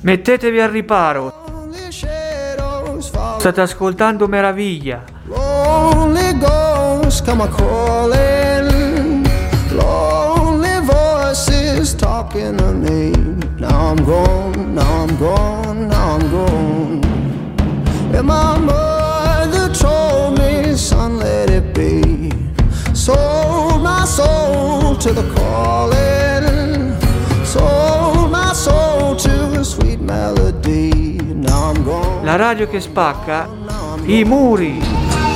Mettetevi al riparo. State ascoltando Meraviglia. Lonely ghosts come a calling, lonely voices talking to me. Now I'm gone, now I'm gone, now I'm gone. And my mother told me, son, let it be. Sold my soul to the calling, sold my soul to a sweet melody. Now I'm gone. La radio che spacca i muri.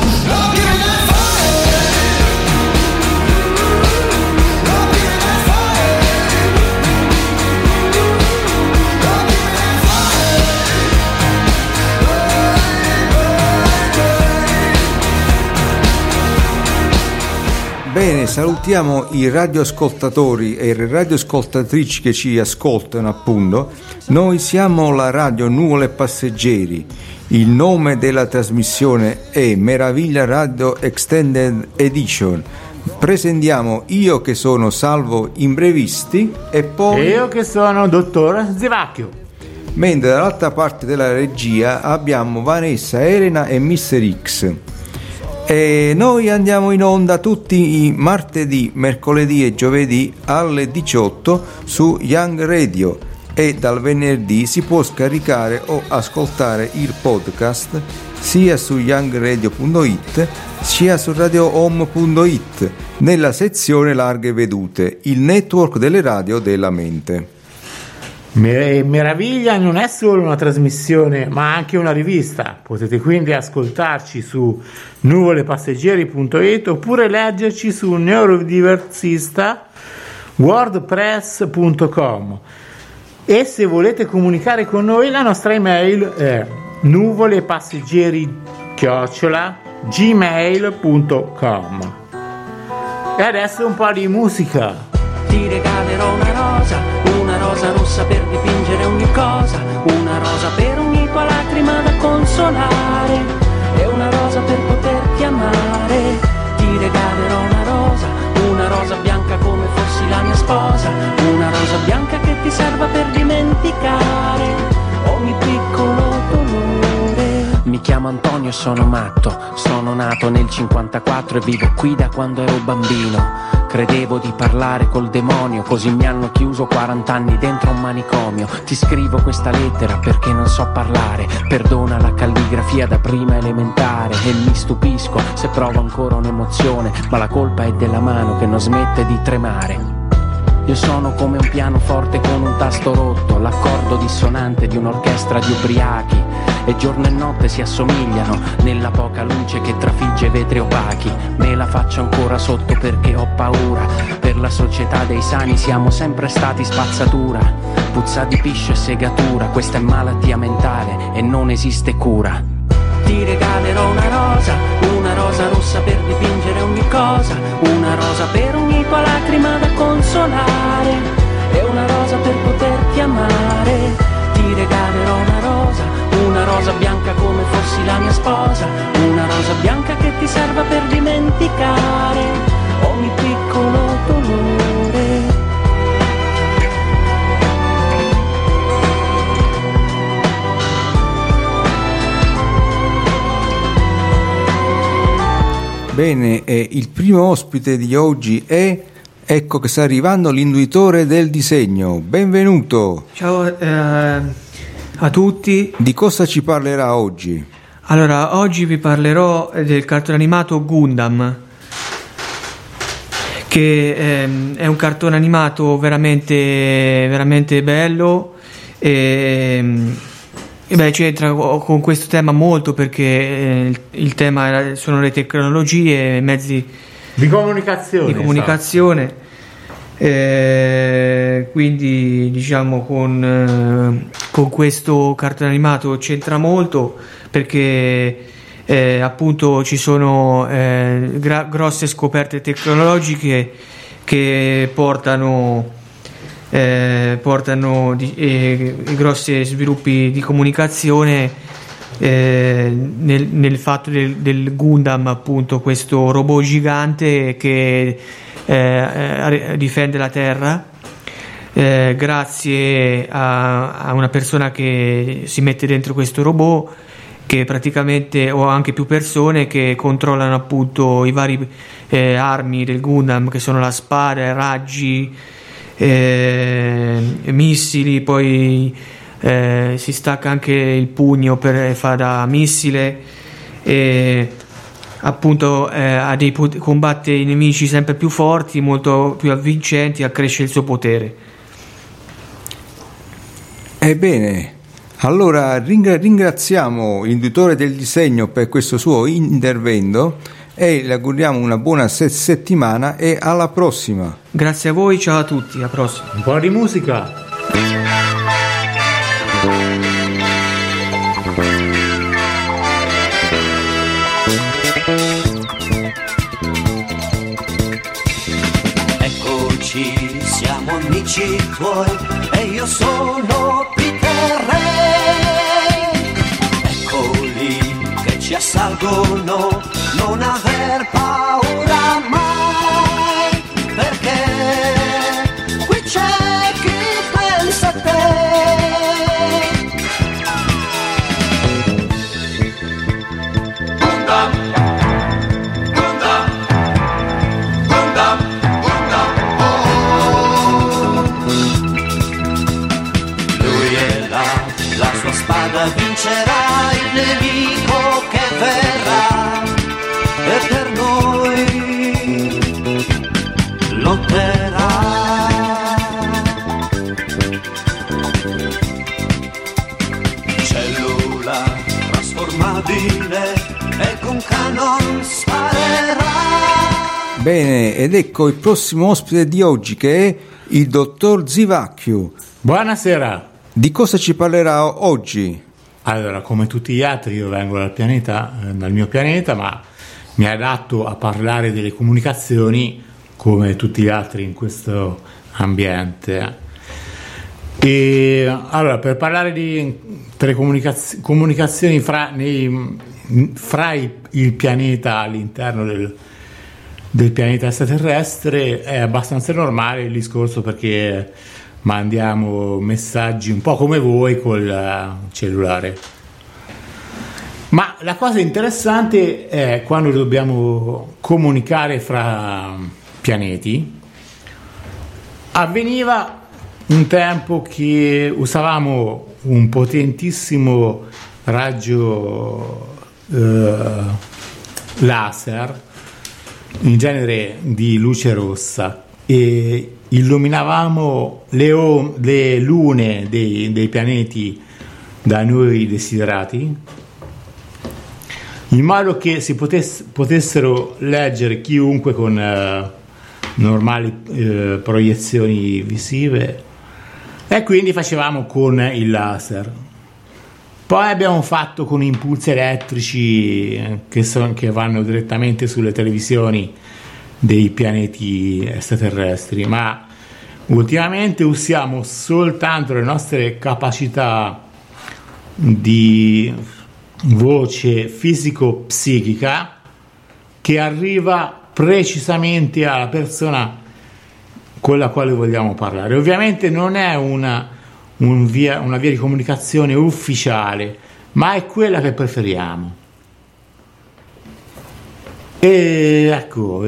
Bene, salutiamo i radioascoltatori e le radioascoltatrici che ci ascoltano, appunto. Noi siamo la radio Nuvole Passeggeri. Il nome della trasmissione è Meraviglia Radio Extended Edition. Presentiamo io che sono Salvo Imbrevisti e poi io che sono Dottor Zivacchio. Mentre dall'altra parte della regia abbiamo Vanessa, Elena e Mr. X. E noi andiamo in onda tutti i martedì, mercoledì e giovedì alle 18 su Young Radio e dal venerdì si può scaricare o ascoltare il podcast sia su youngradio.it sia su radiohome.it nella sezione larghe vedute, il network delle radio della mente. Meraviglia non è solo una trasmissione ma anche una rivista, potete quindi ascoltarci su nuvolepasseggeri.it oppure leggerci su neurodiversista wordpress.com e se volete comunicare con noi la nostra email è nuvolepasseggeri@gmail.com. E adesso un po' di musica. Ti regalerò una rosa rossa per dipingere ogni cosa, una rosa per ogni tua lacrima da consolare, e una rosa per poterti amare. Ti regalerò una rosa bianca come fossi la mia sposa, una rosa bianca che ti serva per dimenticare ogni piccolo dolore. Mi chiamo Antonio e sono matto, sono nato nel 54 e vivo qui da quando ero bambino. Credevo di parlare col demonio, così mi hanno chiuso 40 anni dentro un manicomio. Ti scrivo questa lettera perché non so parlare, perdona la calligrafia da prima elementare. E mi stupisco se provo ancora un'emozione, ma la colpa è della mano che non smette di tremare. Io sono come un pianoforte con un tasto rotto, l'accordo dissonante di un'orchestra di ubriachi. E giorno e notte si assomigliano nella poca luce che trafigge vetri opachi. Me la faccio ancora sotto perché ho paura. Per la società dei sani siamo sempre stati spazzatura. Puzza di piscio e segatura, questa è malattia mentale e non esiste cura. Ti regalerò una rosa rossa per dipingere ogni cosa, una rosa per ogni tua lacrima da consolare, e una rosa per poterti amare. Ti regalerò una rosa bianca come fossi la mia sposa, una rosa bianca che ti serva per dimenticare ogni piccolo dolore. Bene, il primo ospite di oggi è, ecco che sta arrivando, l'intuitore del disegno. Benvenuto. Ciao a tutti. Di cosa ci parlerà oggi? Allora, oggi vi parlerò del cartone animato Gundam, che è un cartone animato veramente bello e beh, c'entra con questo tema molto perché il tema sono le tecnologie, i mezzi di comunicazione. Quindi diciamo con questo cartone animato c'entra molto perché appunto ci sono grosse scoperte tecnologiche che portano grossi sviluppi di comunicazione nel fatto del Gundam, appunto questo robot gigante che difende la Terra. grazie a una persona che si mette dentro questo robot, che praticamente, o anche più persone che controllano appunto i vari armi del Gundam, che sono la spada, raggi, missili, poi si stacca anche il pugno per fa da missile, e appunto combatte i nemici sempre più forti, molto più avvincenti, accresce il suo potere. Ebbene, allora ringraziamo l'induttore del disegno per questo suo intervento e le auguriamo una buona settimana e alla prossima. Grazie a voi, ciao a tutti, alla prossima. Un po' di musica. Eccoci, siamo amici tuoi e io sono Peter Ray. Eccoli che ci assalgono, non aver paura mai, perché qui c'è chi pensa a te. Gundam, Gundam, Gundam, Gundam, oh. Lui è là, la sua spada vincerà il nemico che verrà, e per noi lotterà. Cellula trasformabile e con canon sparerà. Bene, ed ecco il prossimo ospite di oggi, che è il dottor Zivacchio. Buonasera. Di cosa ci parlerà oggi? Allora, come tutti gli altri, io vengo dal mio pianeta, ma mi adatto a parlare delle comunicazioni come tutti gli altri in questo ambiente. E allora, per parlare di telecomunicazioni fra il pianeta, all'interno del pianeta extraterrestre, è abbastanza normale il discorso, perché mandiamo messaggi un po' come voi col cellulare. Ma la cosa interessante è quando dobbiamo comunicare fra pianeti. Avveniva un tempo che usavamo un potentissimo raggio laser, in genere di luce rossa, e illuminavamo le lune dei pianeti da noi desiderati, in modo che si potessero leggere chiunque con normali proiezioni visive, e quindi facevamo con il laser. Poi abbiamo fatto con impulsi elettrici che vanno direttamente sulle televisioni dei pianeti extraterrestri, ma ultimamente usiamo soltanto le nostre capacità di voce fisico-psichica, che arriva precisamente alla persona con la quale vogliamo parlare. Ovviamente non è una via di comunicazione ufficiale, ma è quella che preferiamo. E ecco,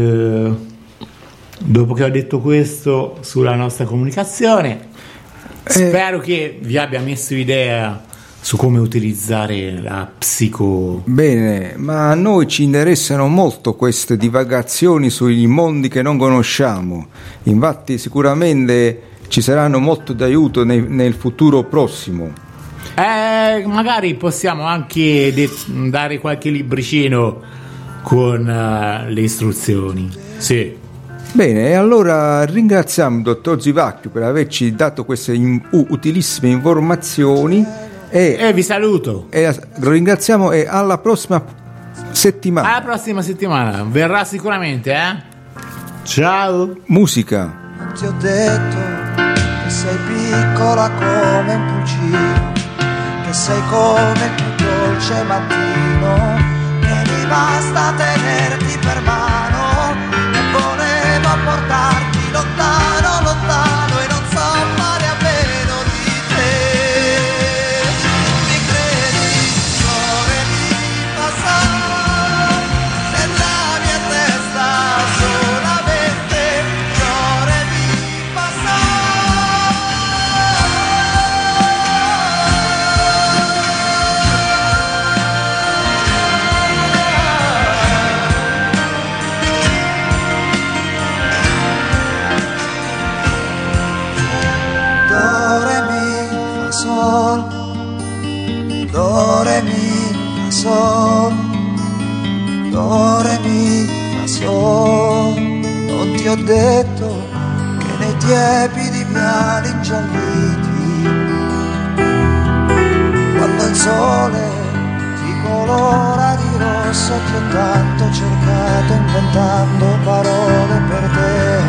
dopo che ho detto questo sulla nostra comunicazione, spero che vi abbia messo idea su come utilizzare la psico. Bene, ma a noi ci interessano molto queste divagazioni sui mondi che non conosciamo. Infatti sicuramente ci saranno molto d'aiuto nel futuro prossimo. Magari possiamo anche dare qualche libricino con le istruzioni. Sì. Bene, allora ringraziamo il dottor Zivacchio per averci dato queste utilissime informazioni e vi saluto. Lo ringraziamo, e alla prossima settimana. Alla prossima settimana verrà sicuramente, Ciao. Musica. Ti ho detto che sei piccola come un pulcino, che sei come il più dolce mattino, che mi basta tenerti per mano, e volevo portarti lontano, lontano, e non so, non ti ho detto che nei tiepidi viali ingialliti, quando il sole ti colora di rosso, ti ho tanto cercato inventando parole per te.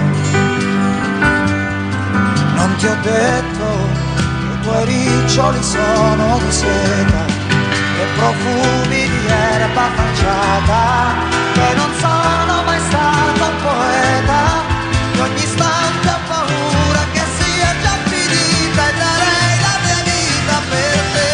Non ti ho detto che i tuoi riccioli sono di seta e profumi di erba falciata, che non sono mai stato un poeta, che ogni istante ho paura che sia già finita e darei la mia vita per te.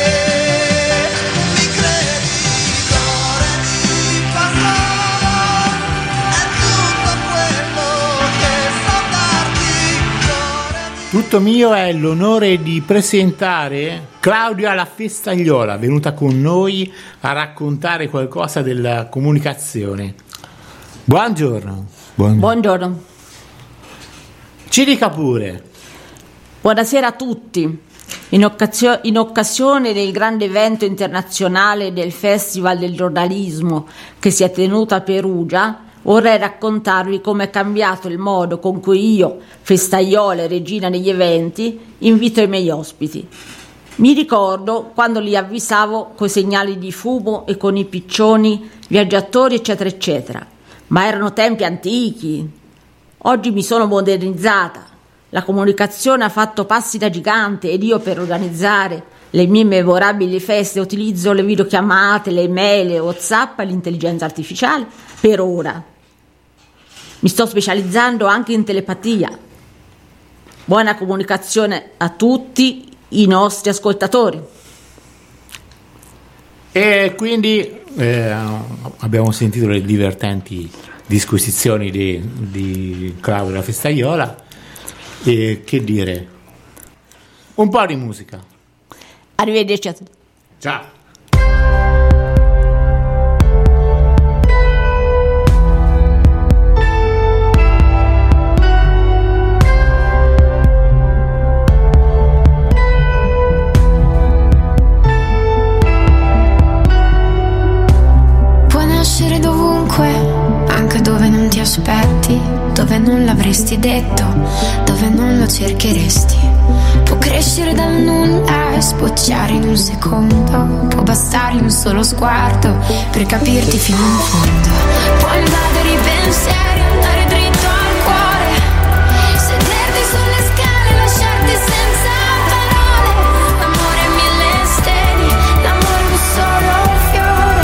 Mi credi, cuore mi fa solo, è tutto quello che so darti, cuore mi... Tutto mio è l'onore di presentare Claudia La Festaiola, venuta con noi a raccontare qualcosa della comunicazione. Buongiorno. Buongiorno. Ci dica pure. Buonasera a tutti. In occasione del grande evento internazionale del Festival del giornalismo che si è tenuto a Perugia, vorrei raccontarvi come è cambiato il modo con cui io, festaiola e regina degli eventi, invito i miei ospiti. Mi ricordo quando li avvisavo coi segnali di fumo e con i piccioni, viaggiatori eccetera eccetera, ma erano tempi antichi. Oggi mi sono modernizzata, la comunicazione ha fatto passi da gigante ed io per organizzare le mie memorabili feste utilizzo le videochiamate, le email, le WhatsApp e l'intelligenza artificiale per ora. Mi sto specializzando anche in telepatia. Buona comunicazione a tutti i nostri ascoltatori. E quindi abbiamo sentito le divertenti disquisizioni di Claudia Festaiola e che dire, un po' di musica. Arrivederci a tutti. Ciao. Anche dove non ti aspetti, dove non l'avresti detto, dove non lo cercheresti. Può crescere dal nulla e sbocciare in un secondo, può bastare un solo sguardo per capirti fino in fondo. Può invadere i pensieri, andare dritto al cuore, sederti sulle scale, lasciarti senza parole. L'amore è mille steli, l'amore è un solo fiore.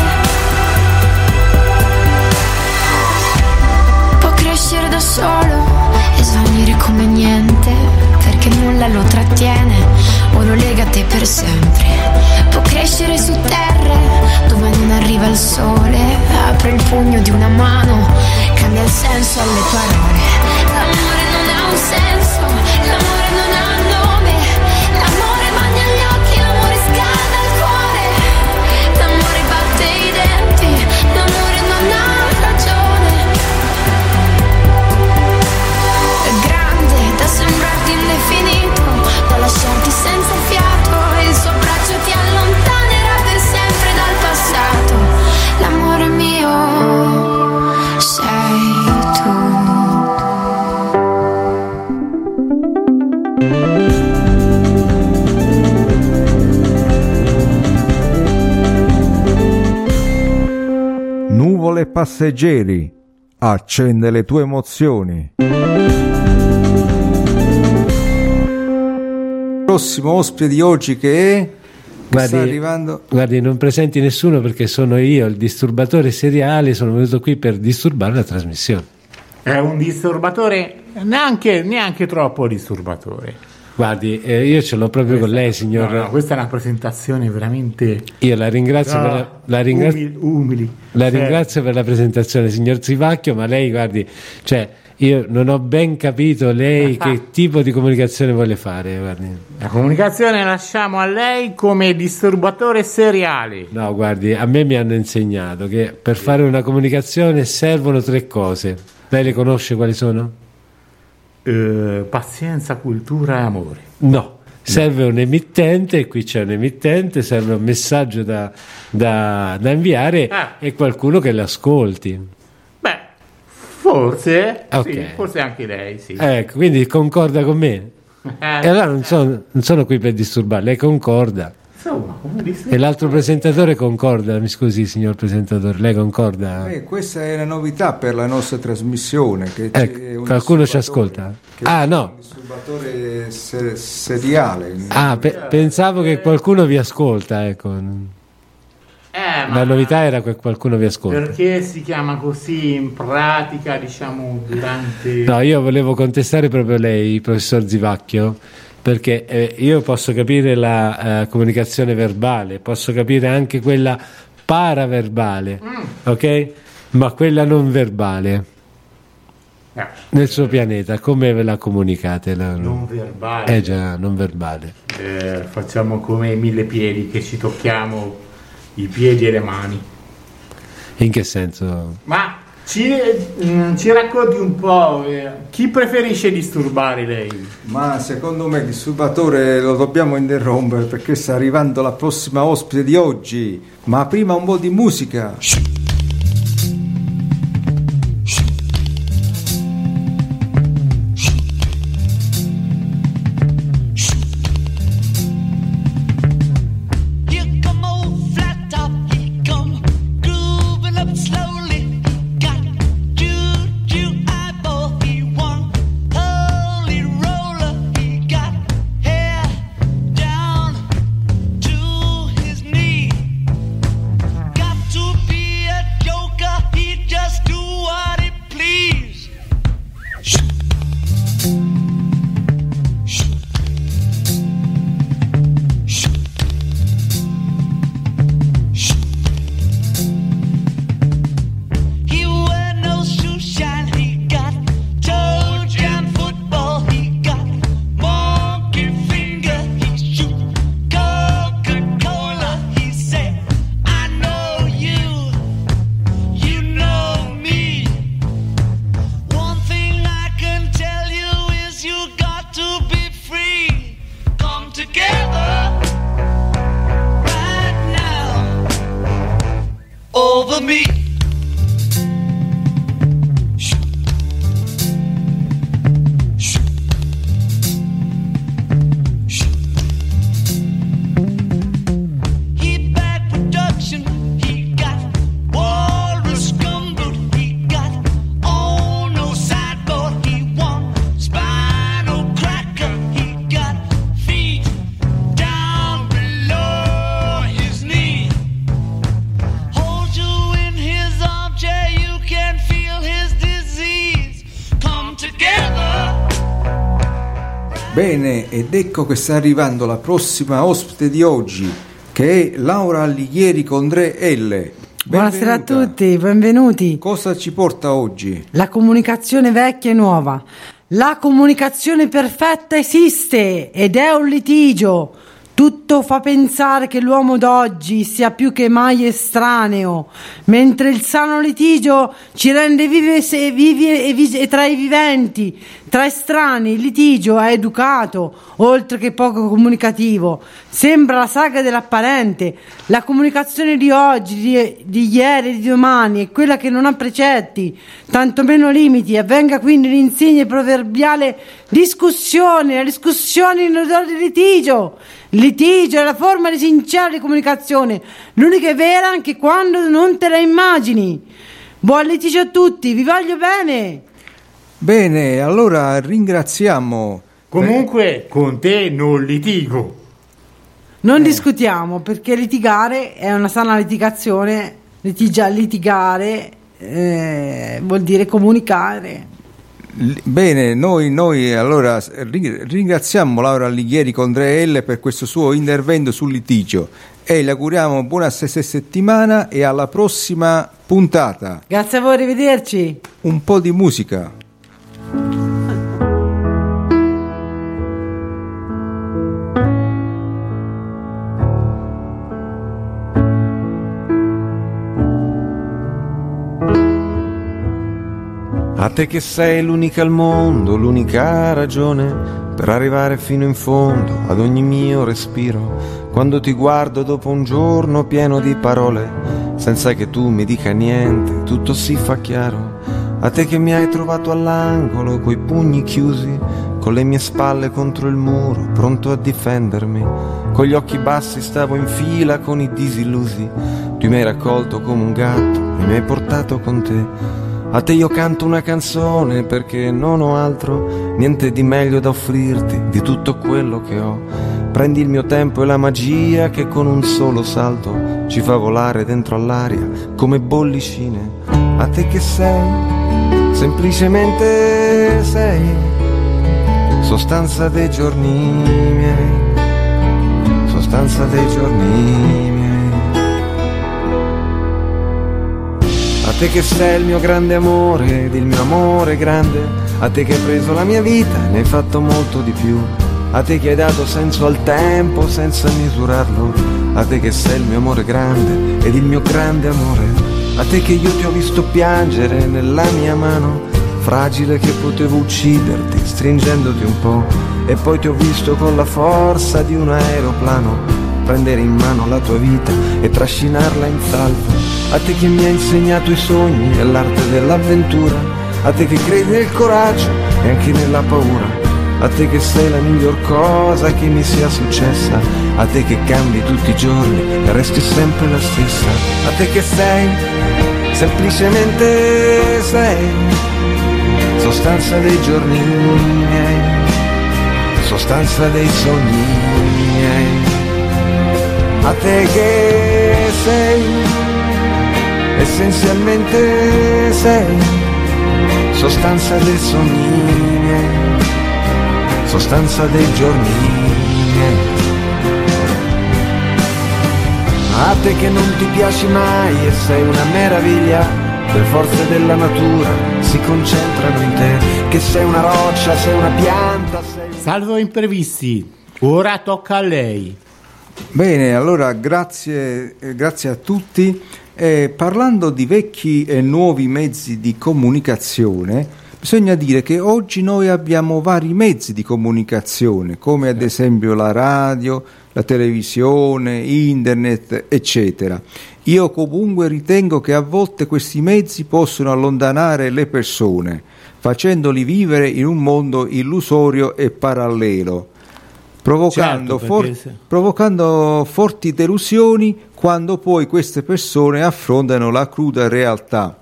Crescere da solo e svanire come niente, perché nulla lo trattiene o lo lega a te per sempre. Può crescere su terre dove non arriva il sole, apre il pugno di una mano, cambia il senso alle parole. L'amore non ha un senso, l'amore non ha nome, l'amore bagna gli occhi, l'amore scalda il cuore, l'amore batte i denti, l'amore non ha ragione. Da sembrarti indefinito, da lasciarti senza fiato, e il suo braccio ti allontanerà per sempre dal passato. L'amore mio sei tu. Nuvole passeggeri, accende le tue emozioni. Prossimo ospite di oggi che è? Sta arrivando. Guardi, non presenti nessuno perché sono io, il disturbatore seriale, sono venuto qui per disturbare la trasmissione. È un disturbatore, neanche troppo disturbatore. Guardi, io ce l'ho proprio con lei, signor. No, questa è una presentazione veramente. Io la ringrazio umili. La ringrazio per la presentazione, signor Zivacchio, ma lei, guardi, cioè, io non ho ben capito lei che tipo di comunicazione vuole fare. Guardi. La comunicazione lasciamo a lei come disturbatore seriale. No, guardi, a me mi hanno insegnato che per fare una comunicazione servono 3 cose. Lei le conosce quali sono? Pazienza, cultura e amore. No, serve un emittente, e qui c'è un emittente, serve un messaggio da inviare e qualcuno che l'ascolti. Beh, Forse, Ok. sì, forse anche lei, sì. Ecco, quindi concorda con me. E allora non sono qui per disturbare, lei concorda. Insomma, come dice? E l'altro presentatore concorda, mi scusi signor presentatore, lei concorda? Questa è la novità per la nostra trasmissione. Che c'è Ecco, un qualcuno ci disturbatore, ascolta? che Ah, è no. Un disturbatore seriale. Ah, pensavo che qualcuno vi ascolta, ecco. Ma La novità era che qualcuno vi ascolta. perché si chiama così in pratica, diciamo, durante... No, io volevo contestare proprio lei, professor Zivacchio, perché io posso capire la comunicazione verbale, posso capire anche quella paraverbale, ok? Ma quella non verbale, nel suo pianeta, come ve la comunicate? non verbale. Già, non verbale. Facciamo come i 1000 piedi, che ci tocchiamo i piedi e le mani. In che senso? Ma ci racconti un po', chi preferisce disturbare lei? Ma secondo me il disturbatore lo dobbiamo interrompere perché sta arrivando la prossima ospite di oggi. Ma prima un po' di musica. Bene, ed ecco che sta arrivando la prossima ospite di oggi, che è Laura Alighieri con 3L. Buonasera a tutti, benvenuti. Cosa ci porta oggi? La comunicazione vecchia e nuova. La comunicazione perfetta esiste ed è un litigio. Tutto fa pensare che l'uomo d'oggi sia più che mai estraneo, mentre il sano litigio ci rende vivi e tra i viventi. Tra estranei il litigio è educato, oltre che poco comunicativo. Sembra la saga dell'apparente. La comunicazione di oggi, di ieri e di domani è quella che non ha precetti, tantomeno limiti. Avvenga quindi l'insigne proverbiale discussione, la discussione in odore di litigio. Il litigio è la forma di sincera di comunicazione, l'unica è vera anche quando non te la immagini. Buon litigio a tutti, vi voglio bene. Bene, allora ringraziamo. Comunque con te non litigo. Non discutiamo, perché litigare è una sana litigazione. Litigare vuol dire comunicare. Bene, noi allora ringraziamo Laura Alighieri con 3L per questo suo intervento sul litigio e le auguriamo buona settimana e alla prossima puntata. Grazie a voi, arrivederci. Un po' di musica. A te che sei l'unica al mondo, l'unica ragione per arrivare fino in fondo ad ogni mio respiro. Quando ti guardo dopo un giorno pieno di parole, senza che tu mi dica niente, tutto si fa chiaro. a te che mi hai trovato all'angolo coi pugni chiusi, con le mie spalle contro il muro, pronto a difendermi. Con gli occhi bassi stavo in fila con i disillusi. Tu mi hai raccolto come un gatto e mi hai portato con te. A te io canto una canzone perché non ho altro, niente di meglio da offrirti di tutto quello che ho. Prendi il mio tempo e la magia che con un solo salto ci fa volare dentro all'aria come bollicine. A te che sei, semplicemente sei, sostanza dei giorni miei, sostanza dei giorni miei. A te che sei il mio grande amore ed il mio amore grande, a te che hai preso la mia vita e ne hai fatto molto di più, a te che hai dato senso al tempo senza misurarlo, a te che sei il mio amore grande ed il mio grande amore, a te che io ti ho visto piangere nella mia mano, fragile che potevo ucciderti stringendoti un po', e poi ti ho visto con la forza di un aeroplano prendere in mano la tua vita e trascinarla in salvo, a te che mi hai insegnato i sogni e l'arte dell'avventura, a te che credi nel coraggio e anche nella paura, a te che sei la miglior cosa che mi sia successa, a te che cambi tutti i giorni e resti sempre la stessa, a te che sei, semplicemente sei, sostanza dei giorni miei, sostanza dei sogni miei, a te che sei, essenzialmente sei, sostanza dei sogni miei, sostanza dei giorni miei. A te che non ti piaci mai e sei una meraviglia, le forze della natura si concentrano in te, che sei una roccia, sei una pianta, sei... Salvo imprevisti, ora tocca a lei. Bene, allora grazie a tutti. Parlando di vecchi e nuovi mezzi di comunicazione, bisogna dire che oggi noi abbiamo vari mezzi di comunicazione, come ad esempio la radio, la televisione, internet, eccetera. Io comunque ritengo che a volte questi mezzi possono allontanare le persone, facendoli vivere in un mondo illusorio e parallelo, provocando forti delusioni quando poi queste persone affrontano la cruda realtà.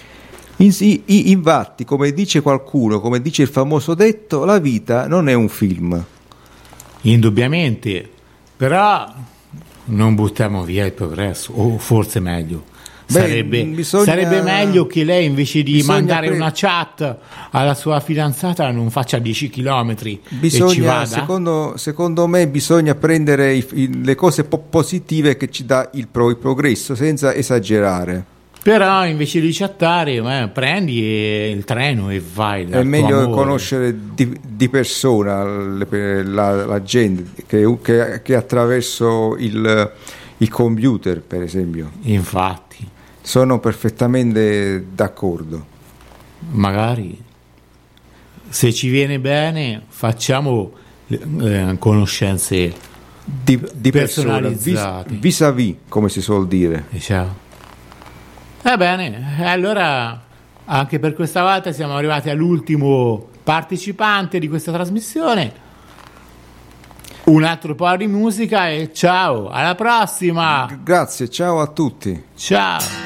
Infatti, come dice qualcuno, come dice il famoso detto, la vita non è un film. Indubbiamente, però non buttiamo via il progresso, o forse meglio. Sarebbe meglio che lei, invece di mandare una chat alla sua fidanzata, non faccia 10 chilometri e ci vada. Secondo me bisogna prendere le cose positive che ci dà il progresso, senza esagerare. Però invece di chattare, prendi il treno e vai. È meglio conoscere di persona la gente che attraverso il computer, per esempio. Infatti. Sono perfettamente d'accordo. Magari, se ci viene bene, facciamo conoscenze di personalizzate. Vis-à-vis, come si suol dire. Ciao. Bene, allora anche per questa volta siamo arrivati all'ultimo partecipante di questa trasmissione. Un altro po' di musica e ciao, alla prossima. Grazie, ciao a tutti. Ciao.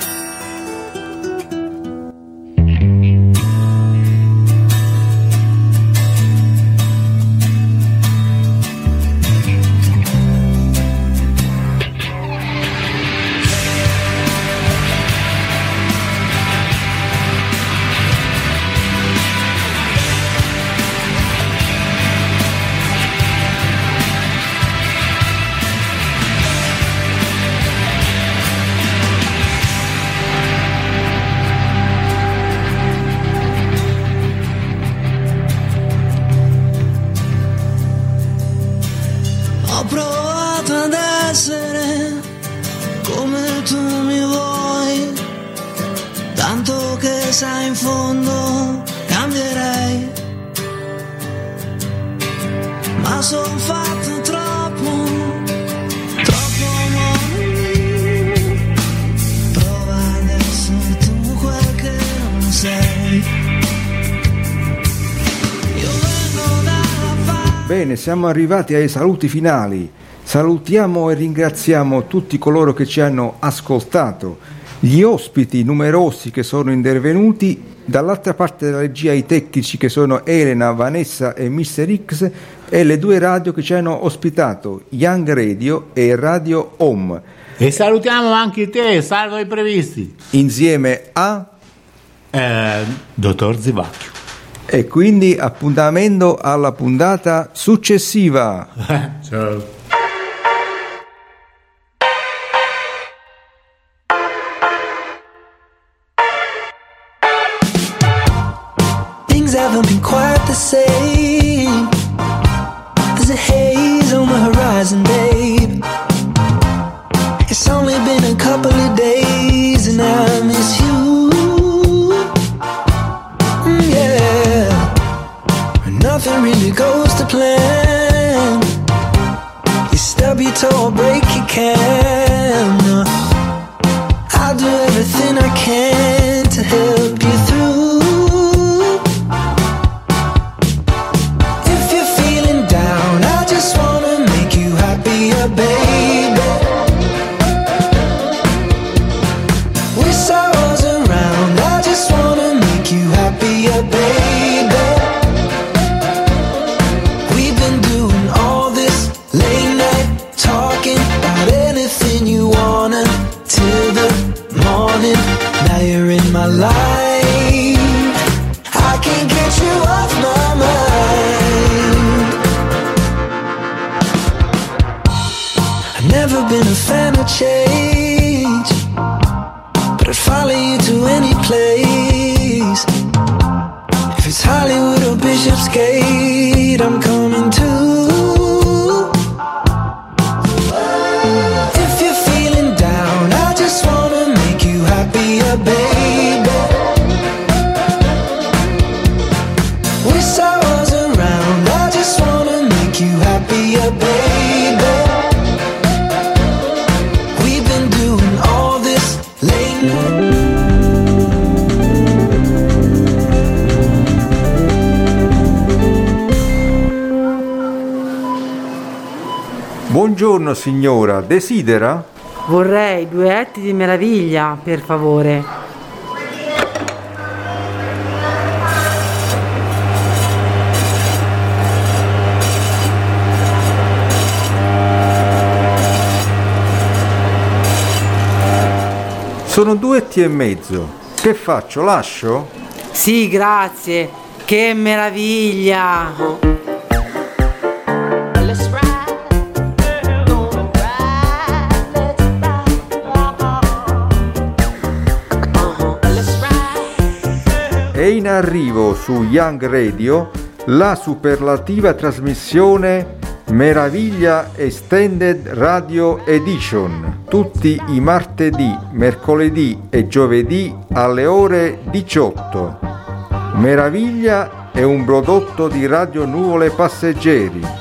Prova ad essere tu quel che non sei. Bene, siamo arrivati ai saluti finali. Salutiamo e ringraziamo tutti coloro che ci hanno ascoltato, gli ospiti numerosi che sono intervenuti, dall'altra parte della regia i tecnici che sono Elena, Vanessa e Mr. X, e le due radio che ci hanno ospitato, Young Radio e Radio Home. E salutiamo anche te, salvo i previsti, insieme a Dottor Zivacchio. E quindi appuntamento alla puntata successiva. Ciao. Things haven't been quite the same. There's a haze on the horizon, babe. It's only been a couple of days and I miss you. Yeah, nothing really goes to plan. You stub your toe or break your can. I'll do everything I can to help you through. Baby, wish I was around. I just wanna make you happier, baby. We've been doing all this late night talking about anything you wanna till the morning. Now you're in my life. I can't get you off my mind. Never been a fan of change, but I'd follow you to any place. If it's Hollywood or Bishopsgate, I'm coming too. If you're feeling down, I just wanna make you happier, baby. Wish I was around, I just wanna make you happier, baby. Buongiorno signora, desidera? Vorrei 2 etti di meraviglia, per favore. Sono 2 etti e mezzo. Che faccio? Lascio? Sì, grazie. Che meraviglia! È in arrivo su Young Radio la superlativa trasmissione Meraviglia Extended Radio Edition, tutti i martedì, mercoledì e giovedì alle ore 18. Meraviglia è un prodotto di Radio Nuvole Passeggeri.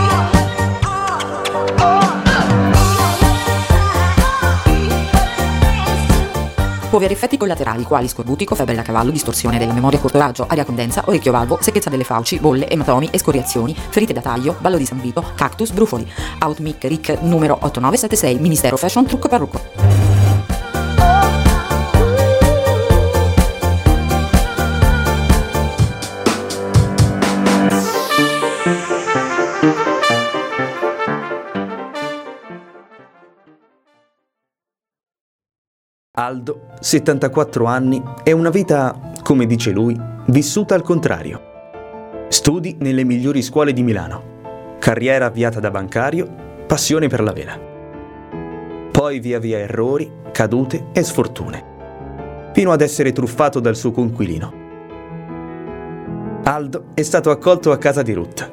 Può avere effetti collaterali quali scorbutico, febbre da cavallo, distorsione della memoria a corto raggio, aria condensa, orecchio valvo, secchezza delle fauci, bolle, ematomi, escoriazioni, ferite da taglio, ballo di San Vito, cactus, brufoli. Outmic RIC numero 8976, Ministero Fashion Trucco Parrucco. Aldo, 74 anni, è una vita, come dice lui, vissuta al contrario. Studi nelle migliori scuole di Milano, carriera avviata da bancario, passione per la vela. Poi via via errori, cadute e sfortune, fino ad essere truffato dal suo coinquilino. Aldo è stato accolto a casa di Ruth.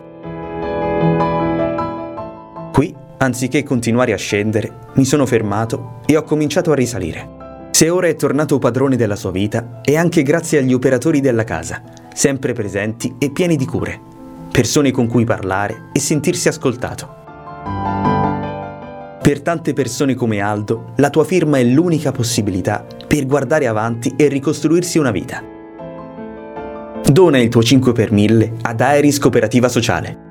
Qui, anziché continuare a scendere, mi sono fermato e ho cominciato a risalire. Se ora è tornato padrone della sua vita, è anche grazie agli operatori della casa, sempre presenti e pieni di cure, persone con cui parlare e sentirsi ascoltato. Per tante persone come Aldo, la tua firma è l'unica possibilità per guardare avanti e ricostruirsi una vita. Dona il tuo 5 per 1000 ad Aeris Cooperativa Sociale.